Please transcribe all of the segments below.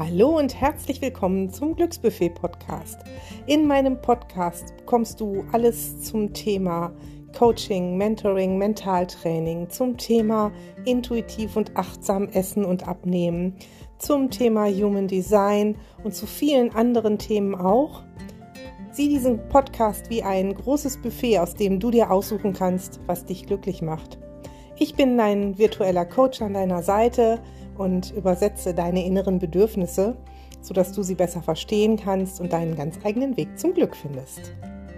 Hallo und herzlich willkommen zum Glücksbuffet-Podcast. In meinem Podcast bekommst du alles zum Thema Coaching, Mentoring, Mentaltraining, zum Thema intuitiv und achtsam essen und abnehmen, zum Thema Human Design und zu vielen anderen Themen auch. Sieh diesen Podcast wie ein großes Buffet, aus dem du dir aussuchen kannst, was dich glücklich macht. Ich bin dein virtueller Coach an deiner Seite und übersetze deine inneren Bedürfnisse, sodass du sie besser verstehen kannst und deinen ganz eigenen Weg zum Glück findest.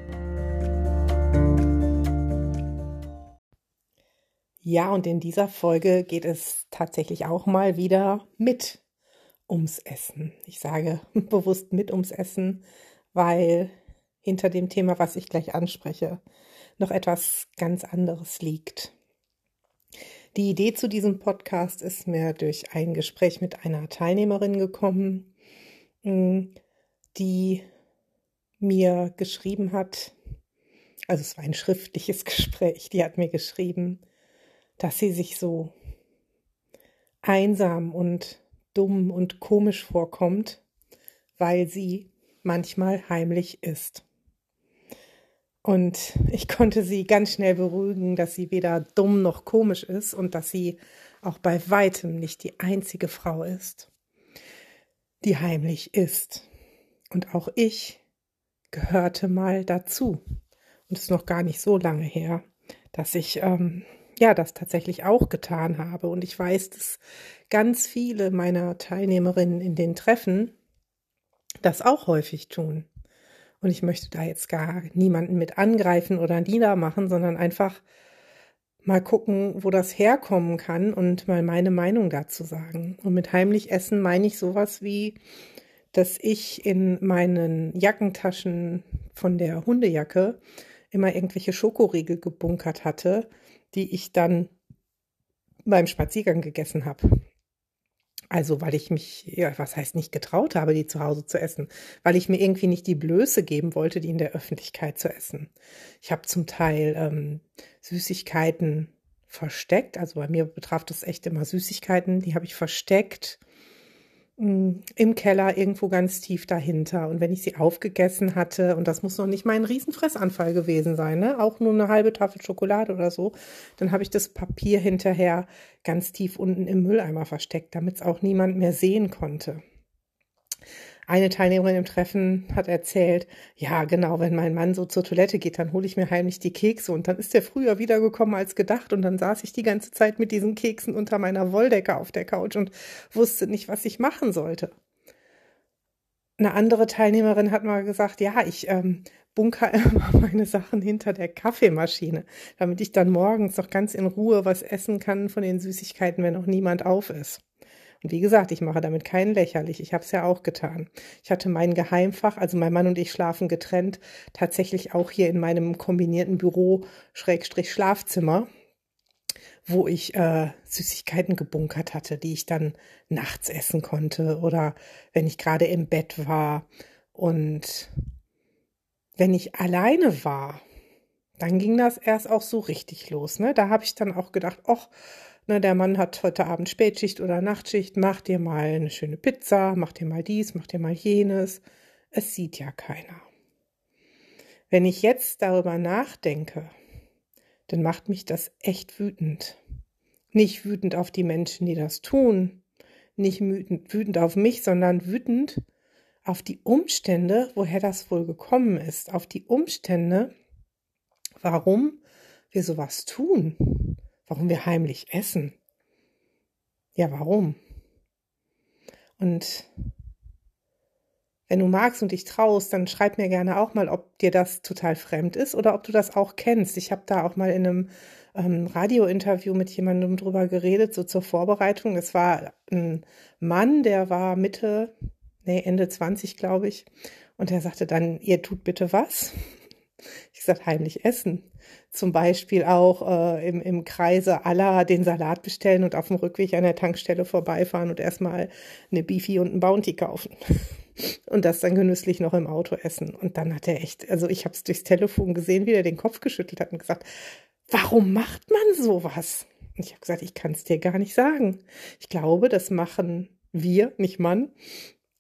Ja, und in dieser Folge geht es tatsächlich auch mal wieder ums Essen. Ich sage bewusst ums Essen, weil hinter dem Thema, was ich gleich anspreche, noch etwas ganz anderes liegt. Die Idee zu diesem Podcast ist mir durch ein Gespräch mit einer Teilnehmerin gekommen, die mir geschrieben hat, also es war ein schriftliches Gespräch, die hat mir geschrieben, dass sie sich so einsam und dumm und komisch vorkommt, weil sie manchmal heimlich isst. Und ich konnte sie ganz schnell beruhigen, dass sie weder dumm noch komisch ist und dass sie auch bei weitem nicht die einzige Frau ist, die heimlich isst. Und auch ich gehörte mal dazu. Und es ist noch gar nicht so lange her, dass ich das tatsächlich auch getan habe. Und ich weiß, dass ganz viele meiner Teilnehmerinnen in den Treffen das auch häufig tun. Und ich möchte da jetzt gar niemanden mit angreifen oder niedermachen, sondern einfach mal gucken, wo das herkommen kann und mal meine Meinung dazu sagen. Und mit heimlich essen meine ich sowas wie, dass ich in meinen Jackentaschen von der Hundejacke immer irgendwelche Schokoriegel gebunkert hatte, die ich dann beim Spaziergang gegessen habe. Also, weil ich mich, was heißt nicht getraut habe, die zu Hause zu essen, weil ich mir irgendwie nicht die Blöße geben wollte, die in der Öffentlichkeit zu essen. Ich habe zum Teil Süßigkeiten versteckt, also bei mir betraf das echt immer Süßigkeiten, die habe ich versteckt im Keller irgendwo ganz tief dahinter. Und wenn ich sie aufgegessen hatte, und das muss noch nicht mal ein Riesenfressanfall gewesen sein, ne? Auch nur eine halbe Tafel Schokolade oder so, dann habe ich das Papier hinterher ganz tief unten im Mülleimer versteckt, damit es auch niemand mehr sehen konnte. Eine Teilnehmerin im Treffen hat erzählt, ja genau, wenn mein Mann so zur Toilette geht, dann hole ich mir heimlich die Kekse und dann ist er früher wiedergekommen als gedacht und dann saß ich die ganze Zeit mit diesen Keksen unter meiner Wolldecke auf der Couch und wusste nicht, was ich machen sollte. Eine andere Teilnehmerin hat mal gesagt, ja, ich bunker immer meine Sachen hinter der Kaffeemaschine, damit ich dann morgens noch ganz in Ruhe was essen kann von den Süßigkeiten, wenn noch niemand auf ist. Und wie gesagt, ich mache damit keinen lächerlich. Ich habe es ja auch getan. Ich hatte mein Geheimfach, also mein Mann und ich schlafen getrennt, tatsächlich auch hier in meinem kombinierten Büro/Schlafzimmer, wo ich Süßigkeiten gebunkert hatte, die ich dann nachts essen konnte oder wenn ich gerade im Bett war. Und wenn ich alleine war, dann ging das erst auch so richtig los, ne? Da habe ich dann auch gedacht, ach, na, der Mann hat heute Abend Spätschicht oder Nachtschicht, mach dir mal eine schöne Pizza, mach dir mal dies, mach dir mal jenes. Es sieht ja keiner. Wenn ich jetzt darüber nachdenke, dann macht mich das echt wütend. Nicht wütend auf die Menschen, die das tun, nicht wütend auf mich, sondern wütend auf die Umstände, woher das wohl gekommen ist, auf die Umstände, warum wir sowas tun. Warum wir heimlich essen. Ja, warum? Und wenn du magst und dich traust, dann schreib mir gerne auch mal, ob dir das total fremd ist oder ob du das auch kennst. Ich habe da auch mal in einem Radiointerview mit jemandem drüber geredet, so zur Vorbereitung. Es war ein Mann, der war Ende 20, glaube ich. Und der sagte dann, ihr tut bitte was? Ich sagte, heimlich essen. Zum Beispiel auch im Kreise aller den Salat bestellen und auf dem Rückweg an der Tankstelle vorbeifahren und erstmal eine Beefy und einen Bounty kaufen. Und das dann genüsslich noch im Auto essen. Und dann hat er echt, also ich habe es durchs Telefon gesehen, wie er den Kopf geschüttelt hat und gesagt, warum macht man sowas? Und ich habe gesagt, ich kann es dir gar nicht sagen. Ich glaube, das machen wir, nicht Mann,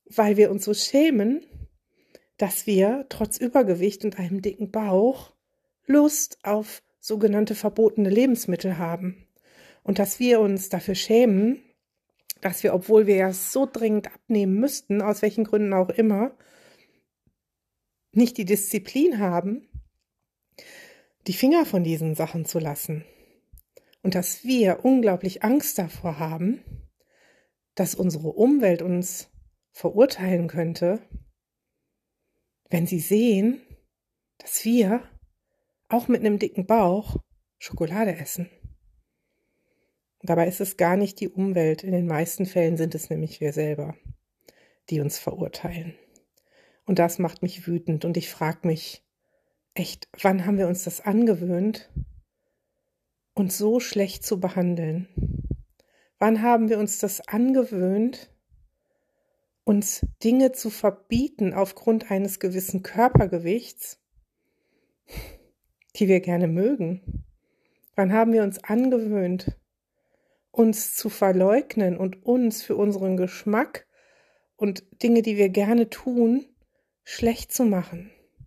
weil wir uns so schämen, dass wir trotz Übergewicht und einem dicken Bauch Lust auf sogenannte verbotene Lebensmittel haben. Und dass wir uns dafür schämen, dass wir, obwohl wir ja so dringend abnehmen müssten, aus welchen Gründen auch immer, nicht die Disziplin haben, die Finger von diesen Sachen zu lassen. Und dass wir unglaublich Angst davor haben, dass unsere Umwelt uns verurteilen könnte, wenn sie sehen, dass wir auch mit einem dicken Bauch Schokolade essen. Dabei ist es gar nicht die Umwelt. In den meisten Fällen sind es nämlich wir selber, die uns verurteilen. Und das macht mich wütend und ich frage mich echt, wann haben wir uns das angewöhnt, uns so schlecht zu behandeln? Wann haben wir uns das angewöhnt, uns Dinge zu verbieten aufgrund eines gewissen Körpergewichts, die wir gerne mögen? Wann haben wir uns angewöhnt, uns zu verleugnen und uns für unseren Geschmack und Dinge, die wir gerne tun, schlecht zu machen?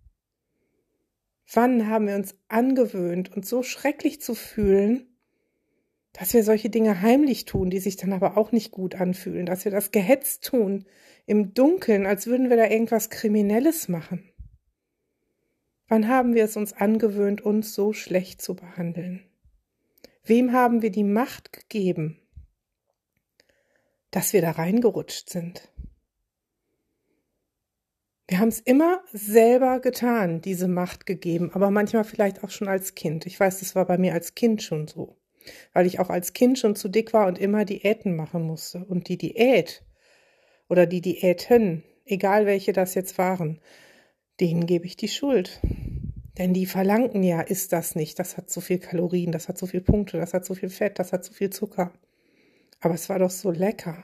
Wann haben wir uns angewöhnt, uns so schrecklich zu fühlen, dass wir solche Dinge heimlich tun, die sich dann aber auch nicht gut anfühlen, dass wir das gehetzt tun, im Dunkeln, als würden wir da irgendwas Kriminelles machen? Wann haben wir es uns angewöhnt, uns so schlecht zu behandeln? Wem haben wir die Macht gegeben, dass wir da reingerutscht sind? Wir haben es immer selber getan, diese Macht gegeben, aber manchmal vielleicht auch schon als Kind. Ich weiß, das war bei mir als Kind schon so, weil ich auch als Kind schon zu dick war und immer Diäten machen musste. Und die Diät oder die Diäten, egal welche das jetzt waren, denen gebe ich die Schuld. Denn die verlangten ja, isst das nicht, das hat so viel Kalorien, das hat so viel Punkte, das hat so viel Fett, das hat so viel Zucker. Aber es war doch so lecker.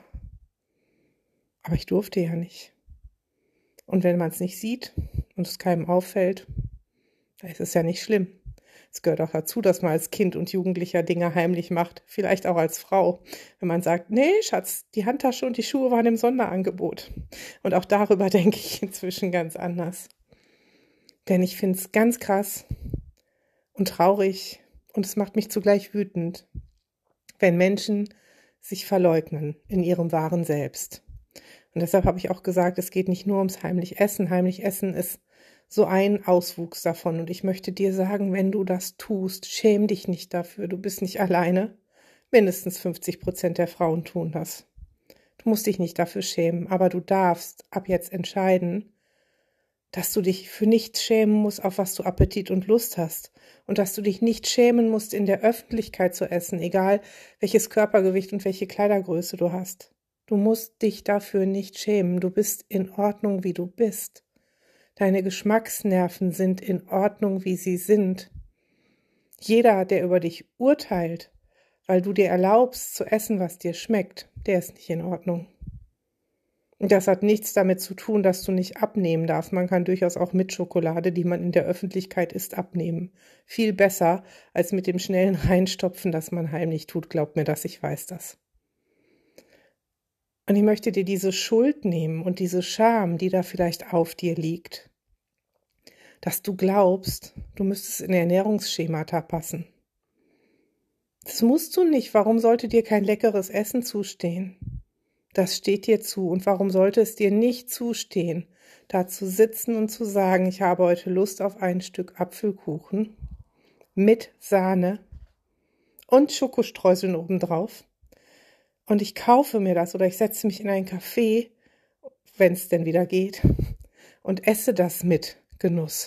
Aber ich durfte ja nicht. Und wenn man es nicht sieht und es keinem auffällt, dann ist es ja nicht schlimm. Es gehört auch dazu, dass man als Kind und Jugendlicher Dinge heimlich macht, vielleicht auch als Frau. Wenn man sagt, nee, Schatz, die Handtasche und die Schuhe waren im Sonderangebot. Und auch darüber denke ich inzwischen ganz anders. Denn ich finde es ganz krass und traurig und es macht mich zugleich wütend, wenn Menschen sich verleugnen in ihrem wahren Selbst. Und deshalb habe ich auch gesagt, es geht nicht nur ums heimlich Essen. Heimlich Essen ist so ein Auswuchs davon. Und ich möchte dir sagen, wenn du das tust, schäm dich nicht dafür. Du bist nicht alleine. Mindestens 50% der Frauen tun das. Du musst dich nicht dafür schämen, aber du darfst ab jetzt entscheiden, dass du dich für nichts schämen musst, auf was du Appetit und Lust hast. Und dass du dich nicht schämen musst, in der Öffentlichkeit zu essen, egal welches Körpergewicht und welche Kleidergröße du hast. Du musst dich dafür nicht schämen. Du bist in Ordnung, wie du bist. Deine Geschmacksnerven sind in Ordnung, wie sie sind. Jeder, der über dich urteilt, weil du dir erlaubst zu essen, was dir schmeckt, der ist nicht in Ordnung. Und das hat nichts damit zu tun, dass du nicht abnehmen darfst. Man kann durchaus auch mit Schokolade, die man in der Öffentlichkeit isst, abnehmen. Viel besser als mit dem schnellen Reinstopfen, das man heimlich tut. Glaub mir das, ich weiß das. Und ich möchte dir diese Schuld nehmen und diese Scham, die da vielleicht auf dir liegt, dass du glaubst, du müsstest in Ernährungsschemata passen. Das musst du nicht. Warum sollte dir kein leckeres Essen zustehen? Das steht dir zu. Und warum sollte es dir nicht zustehen, da zu sitzen und zu sagen, ich habe heute Lust auf ein Stück Apfelkuchen mit Sahne und Schokostreuseln obendrauf? Und ich kaufe mir das oder ich setze mich in ein Café, wenn es denn wieder geht, und esse das mit Genuss.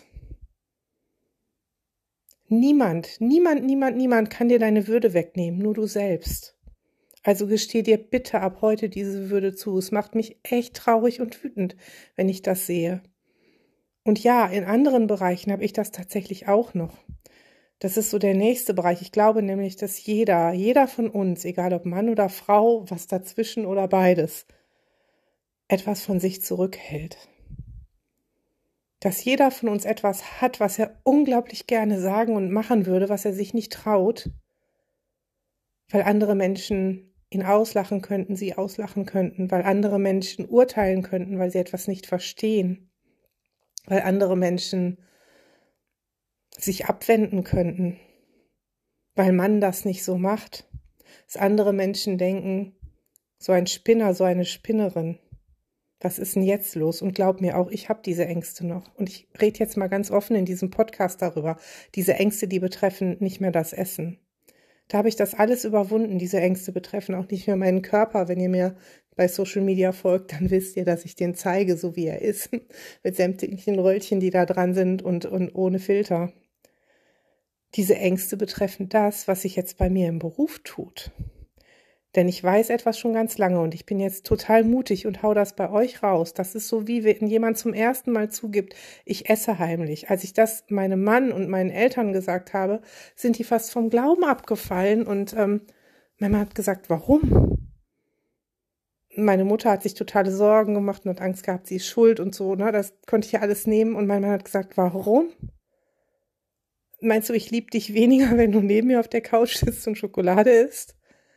Niemand kann dir deine Würde wegnehmen, nur du selbst. Also gesteh dir bitte ab heute diese Würde zu. Es macht mich echt traurig und wütend, wenn ich das sehe. Und ja, in anderen Bereichen habe ich das tatsächlich auch noch. Das ist so der nächste Bereich. Ich glaube nämlich, dass jeder von uns, egal ob Mann oder Frau, was dazwischen oder beides, etwas von sich zurückhält. Dass jeder von uns etwas hat, was er unglaublich gerne sagen und machen würde, was er sich nicht traut, weil andere Menschen ihn auslachen könnten, sie auslachen könnten, weil andere Menschen urteilen könnten, weil sie etwas nicht verstehen, weil andere Menschen sich abwenden könnten, weil man das nicht so macht, dass andere Menschen denken, so ein Spinner, so eine Spinnerin, was ist denn jetzt los? Und glaub mir auch, ich habe diese Ängste noch. Und ich rede jetzt mal ganz offen in diesem Podcast darüber. Diese Ängste, die betreffen nicht mehr das Essen. Da habe ich das alles überwunden. Diese Ängste betreffen auch nicht mehr meinen Körper. Wenn ihr mir bei Social Media folgt, dann wisst ihr, dass ich den zeige, so wie er ist. Mit sämtlichen Röllchen, die da dran sind und ohne Filter. Diese Ängste betreffen das, was sich jetzt bei mir im Beruf tut. Denn ich weiß etwas schon ganz lange und ich bin jetzt total mutig und hau das bei euch raus. Das ist so, wie wenn jemand zum ersten Mal zugibt, ich esse heimlich. Als ich das meinem Mann und meinen Eltern gesagt habe, sind die fast vom Glauben abgefallen und mein Mann hat gesagt, warum? Meine Mutter hat sich totale Sorgen gemacht und hat Angst gehabt, sie ist schuld und so. Ne? Das konnte ich ja alles nehmen und mein Mann hat gesagt, warum? Meinst du, ich liebe dich weniger, wenn du neben mir auf der Couch sitzt und Schokolade isst?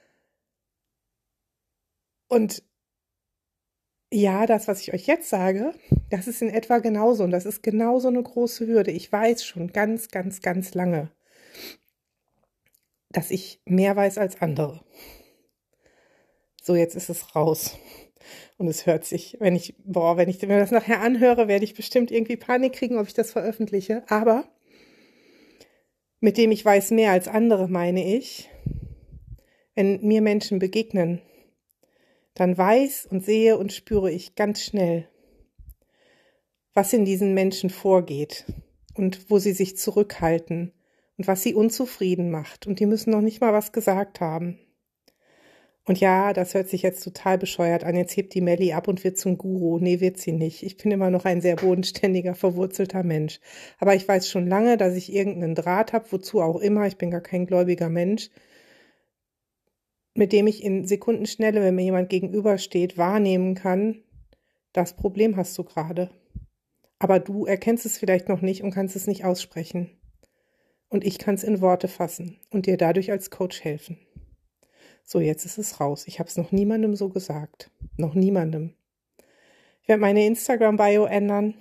Und ja, das, was ich euch jetzt sage, das ist in etwa genauso und das ist genauso eine große Hürde. Ich weiß schon ganz, ganz, ganz lange, dass ich mehr weiß als andere. So, jetzt ist es raus. Und es hört sich, wenn ich mir das nachher anhöre, werde ich bestimmt irgendwie Panik kriegen, ob ich das veröffentliche. Aber mit dem ich weiß mehr als andere, meine ich, wenn mir Menschen begegnen, dann weiß und sehe und spüre ich ganz schnell, was in diesen Menschen vorgeht und wo sie sich zurückhalten und was sie unzufrieden macht. Und die müssen noch nicht mal was gesagt haben. Und ja, das hört sich jetzt total bescheuert an. Jetzt hebt die Melli ab und wird zum Guru. Nee, wird sie nicht. Ich bin immer noch ein sehr bodenständiger, verwurzelter Mensch. Aber ich weiß schon lange, dass ich irgendeinen Draht habe, wozu auch immer. Ich bin gar kein gläubiger Mensch, mit dem ich in Sekundenschnelle, wenn mir jemand gegenübersteht, wahrnehmen kann, das Problem hast du gerade. Aber du erkennst es vielleicht noch nicht und kannst es nicht aussprechen. Und ich kann es in Worte fassen und dir dadurch als Coach helfen. So, jetzt ist es raus. Ich habe es noch niemandem so gesagt. Noch niemandem. Ich werde meine Instagram-Bio ändern,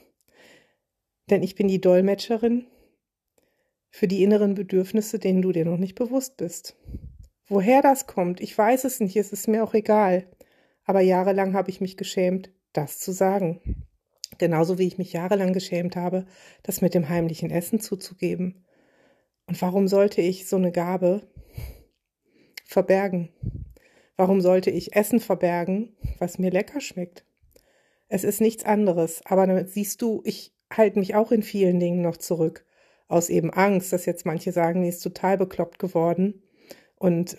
denn ich bin die Dolmetscherin für die inneren Bedürfnisse, denen du dir noch nicht bewusst bist. Woher das kommt, ich weiß es nicht, es ist mir auch egal. Aber jahrelang habe ich mich geschämt, das zu sagen. Genauso wie ich mich jahrelang geschämt habe, das mit dem heimlichen Essen zuzugeben. Und warum sollte ich so eine Gabe verbergen? Warum sollte ich Essen verbergen, was mir lecker schmeckt? Es ist nichts anderes, aber damit siehst du, ich halte mich auch in vielen Dingen noch zurück. Aus eben Angst, dass jetzt manche sagen, die ist total bekloppt geworden. Und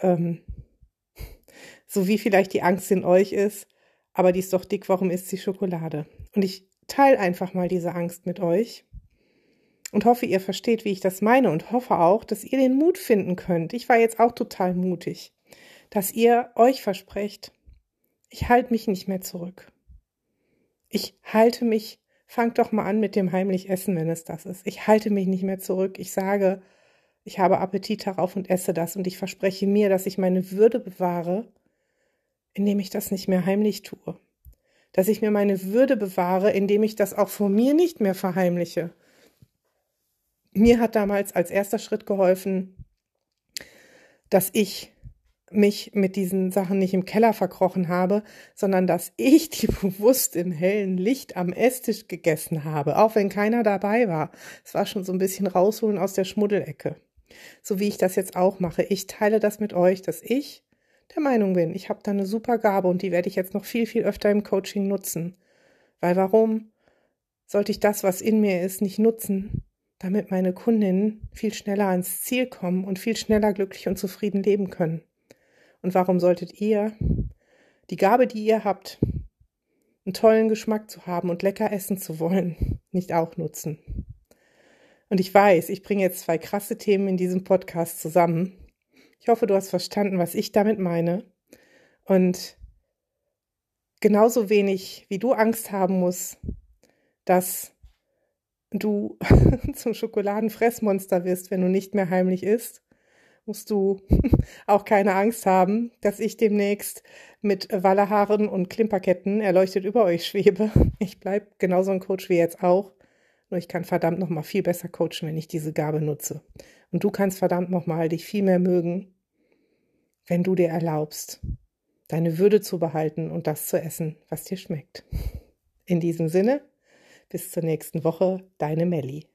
so wie vielleicht die Angst in euch ist, aber die ist doch dick, warum isst sie Schokolade? Und ich teile einfach mal diese Angst mit euch und hoffe, ihr versteht, wie ich das meine und hoffe auch, dass ihr den Mut finden könnt. Ich war jetzt auch total mutig, dass ihr euch versprecht, ich halte mich nicht mehr zurück. Ich halte mich, fangt doch mal an mit dem heimlich Essen, wenn es das ist. Ich halte mich nicht mehr zurück. Ich sage, ich habe Appetit darauf und esse das und ich verspreche mir, dass ich meine Würde bewahre, indem ich das nicht mehr heimlich tue. Dass ich mir meine Würde bewahre, indem ich das auch vor mir nicht mehr verheimliche. Mir hat damals als erster Schritt geholfen, dass ich mich mit diesen Sachen nicht im Keller verkrochen habe, sondern dass ich die bewusst im hellen Licht am Esstisch gegessen habe, auch wenn keiner dabei war. Es war schon so ein bisschen rausholen aus der Schmuddelecke. So wie ich das jetzt auch mache. Ich teile das mit euch, dass ich der Meinung bin, ich habe da eine super Gabe und die werde ich jetzt noch viel, viel öfter im Coaching nutzen. Weil warum sollte ich das, was in mir ist, nicht nutzen, damit meine Kundinnen viel schneller ans Ziel kommen und viel schneller glücklich und zufrieden leben können? Und warum solltet ihr die Gabe, die ihr habt, einen tollen Geschmack zu haben und lecker essen zu wollen, nicht auch nutzen? Und ich weiß, ich bringe jetzt 2 krasse Themen in diesem Podcast zusammen. Ich hoffe, du hast verstanden, was ich damit meine. Und genauso wenig, wie du Angst haben musst, dass du zum Schokoladenfressmonster wirst, wenn du nicht mehr heimlich isst, musst du auch keine Angst haben, dass ich demnächst mit Wallehaaren und Klimperketten erleuchtet über euch schwebe. Ich bleibe genauso ein Coach wie jetzt auch. Nur ich kann verdammt noch mal viel besser coachen, wenn ich diese Gabe nutze. Und du kannst verdammt noch mal dich viel mehr mögen, wenn du dir erlaubst, deine Würde zu behalten und das zu essen, was dir schmeckt. In diesem Sinne, bis zur nächsten Woche, deine Melli.